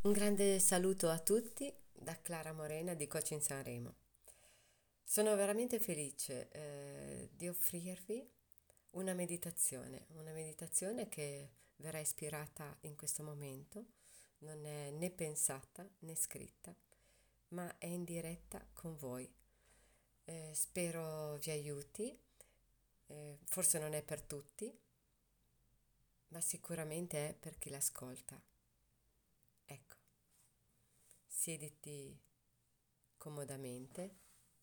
Un grande saluto a tutti da Clara Morena di Coaching Sanremo. Sono veramente felice di offrirvi una meditazione che verrà ispirata in questo momento, non è né pensata né scritta, ma è in diretta con voi. Spero vi aiuti, forse non è per tutti, ma sicuramente è per chi l'ascolta. Ecco, siediti comodamente,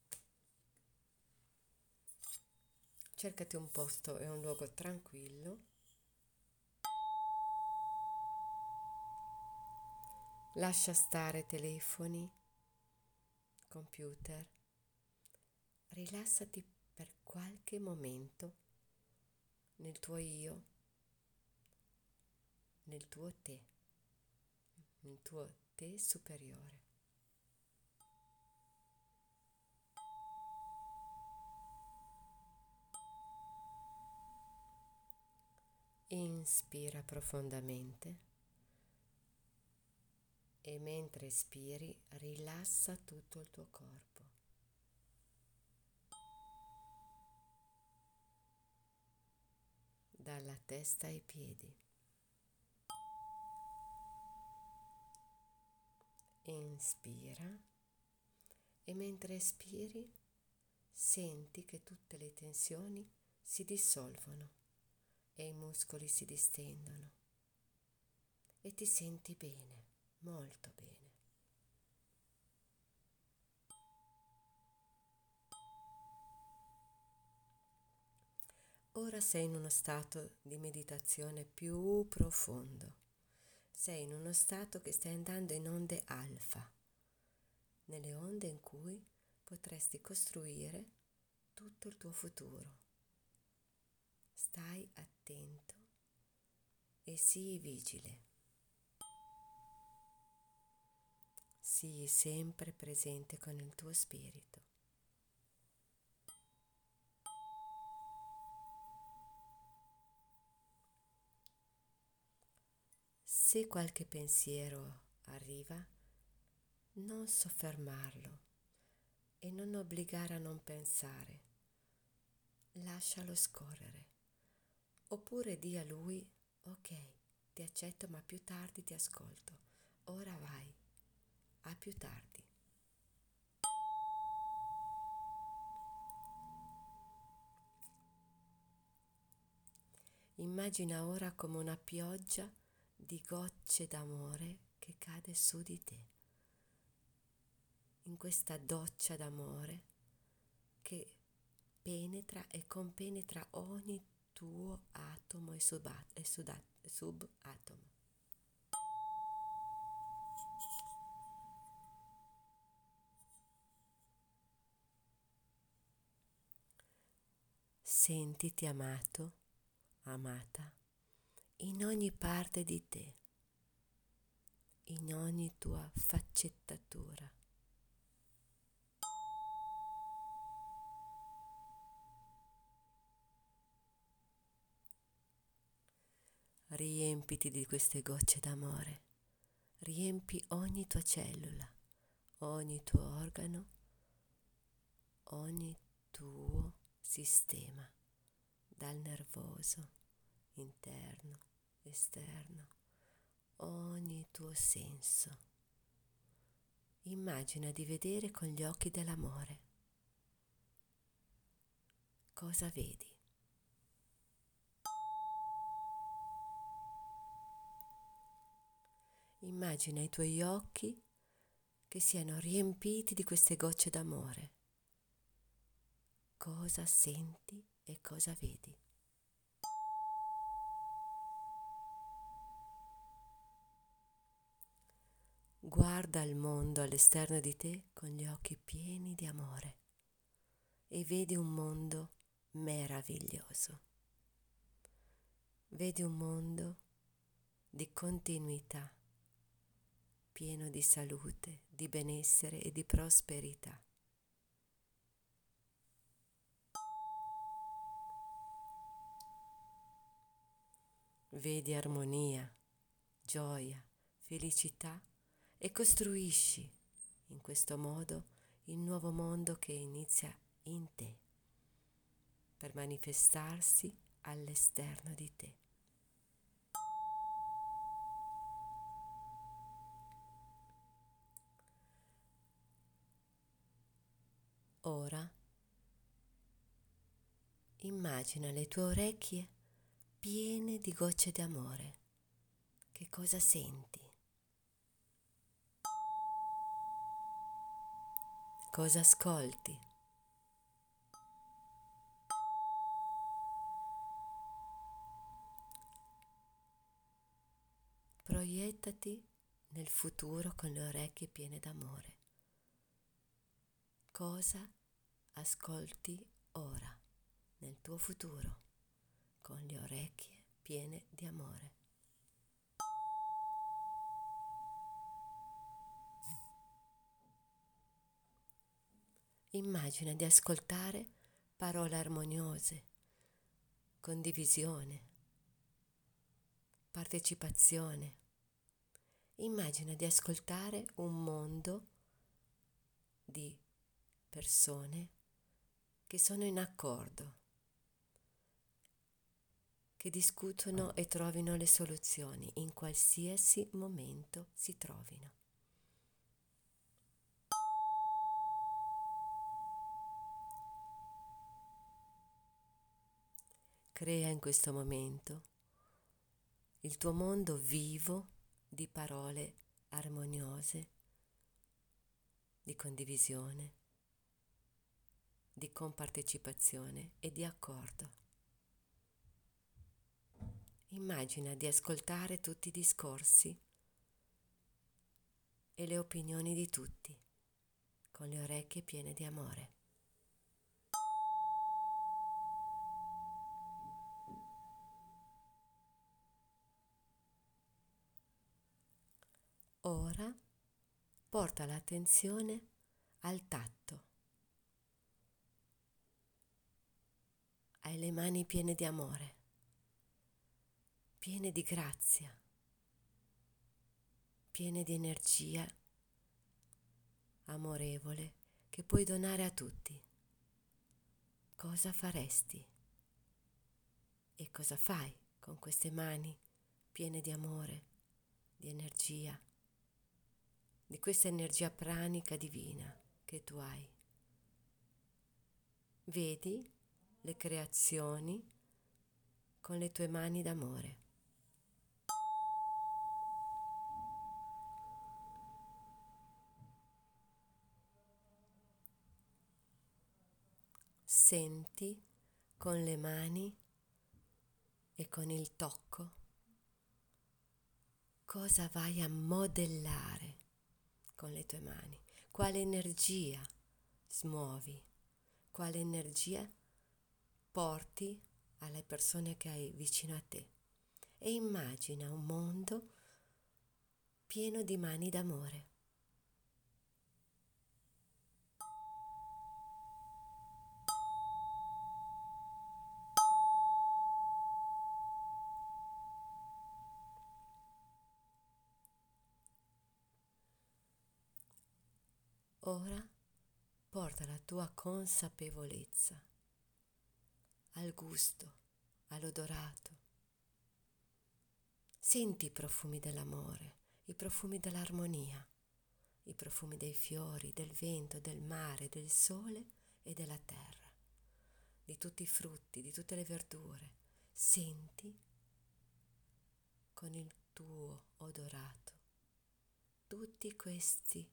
cercati un posto e un luogo tranquillo, lascia stare telefoni, computer, rilassati per qualche momento nel tuo io, nel tuo te, nel tuo te superiore. Inspira profondamente e mentre espiri rilassa tutto il tuo corpo, dalla testa ai piedi. Inspira e mentre espiri senti che tutte le tensioni si dissolvono e i muscoli si distendono e ti senti bene, molto bene. Ora sei in uno stato di meditazione più profondo. Sei in uno stato che stai andando in onde alfa, nelle onde in cui potresti costruire tutto il tuo futuro. Stai attento e sii vigile. Sii sempre presente con il tuo spirito. Se qualche pensiero arriva, non soffermarlo e non obbligare a non pensare. Lascialo scorrere. Oppure di a lui, ok, ti accetto ma più tardi ti ascolto. Ora vai, a più tardi. Immagina ora come una pioggia di gocce d'amore che cade su di te. In questa doccia d'amore che penetra e compenetra ogni tuo atomo e subatomo. Sentiti amato, amata, in ogni parte di te, in ogni tua faccettatura. Riempiti di queste gocce d'amore, riempi ogni tua cellula, ogni tuo organo, ogni tuo sistema, dal nervoso, interno, esterno, ogni tuo senso. Immagina di vedere con gli occhi dell'amore. Cosa vedi? Immagina i tuoi occhi che siano riempiti di queste gocce d'amore. Cosa senti e cosa vedi? Guarda il mondo all'esterno di te con gli occhi pieni di amore e vedi un mondo meraviglioso. Vedi un mondo di continuità, pieno di salute, di benessere e di prosperità. Vedi armonia, gioia, felicità e costruisci in questo modo il nuovo mondo che inizia in te per manifestarsi all'esterno di te. Ora immagina le tue orecchie piene di gocce d'amore. Che cosa senti? Cosa ascolti? Proiettati nel futuro con le orecchie piene d'amore. Cosa ascolti ora nel tuo futuro con le orecchie piene di amore? Immagina di ascoltare parole armoniose, condivisione, partecipazione. Immagina di ascoltare un mondo di persone che sono in accordo, che discutono e trovino le soluzioni in qualsiasi momento si trovino. Crea in questo momento il tuo mondo vivo di parole armoniose, di condivisione, di compartecipazione e di accordo. Immagina di ascoltare tutti i discorsi e le opinioni di tutti con le orecchie piene di amore. Ora porta l'attenzione al tatto. Hai le mani piene di amore, piene di grazia, piene di energia amorevole che puoi donare a tutti. Cosa faresti? E cosa fai con queste mani piene di amore, di energia, di questa energia pranica divina che tu hai? Vedi le creazioni con le tue mani d'amore. Senti con le mani e con il tocco cosa vai a modellare con le tue mani, quale energia smuovi, quale energia porti alle persone che hai vicino a te, e immagina un mondo pieno di mani d'amore. Ora porta la tua consapevolezza al gusto, all'odorato. Senti i profumi dell'amore, i profumi dell'armonia, i profumi dei fiori, del vento, del mare, del sole e della terra, di tutti i frutti, di tutte le verdure. Senti con il tuo odorato tutti questi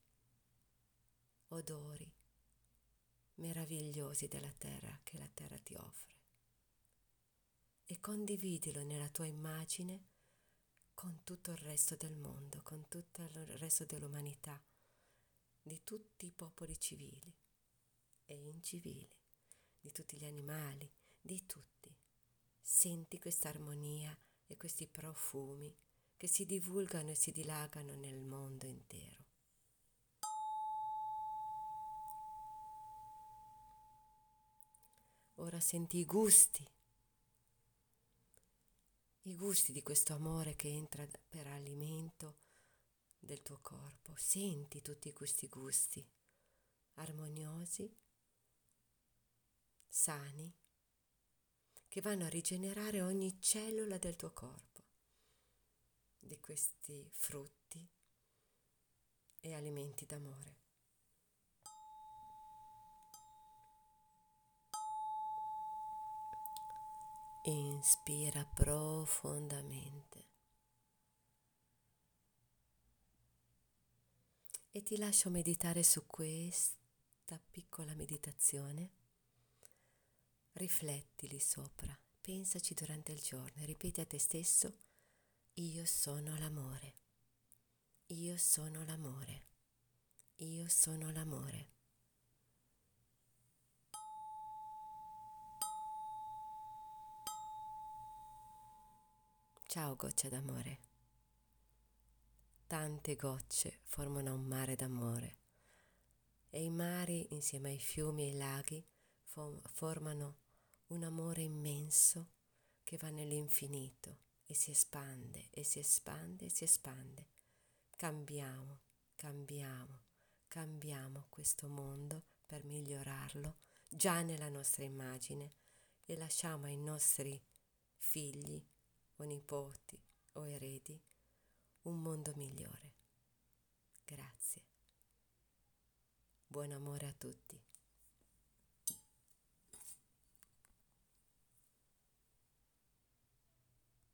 odori meravigliosi della terra che la terra ti offre, e condividilo nella tua immagine con tutto il resto del mondo, con tutto il resto dell'umanità, di tutti i popoli civili e incivili, di tutti gli animali, di tutti. Senti questa armonia e questi profumi che si divulgano e si dilagano nel mondo intero. Ora senti i gusti di questo amore che entra per alimento del tuo corpo, senti tutti questi gusti armoniosi, sani, che vanno a rigenerare ogni cellula del tuo corpo, di questi frutti e alimenti d'amore. Inspira profondamente e ti lascio meditare su questa piccola meditazione. Rifletti lì sopra, pensaci durante il giorno e ripeti a te stesso: io sono l'amore, io sono l'amore, io sono l'amore. Ciao goccia d'amore. Tante gocce formano un mare d'amore e i mari insieme ai fiumi e ai laghi formano un amore immenso che va nell'infinito e si espande e si espande e si espande. Cambiamo, cambiamo, cambiamo questo mondo per migliorarlo già nella nostra immagine e lasciamo ai nostri figli o nipoti o eredi un mondo migliore. Grazie. Buon amore a tutti.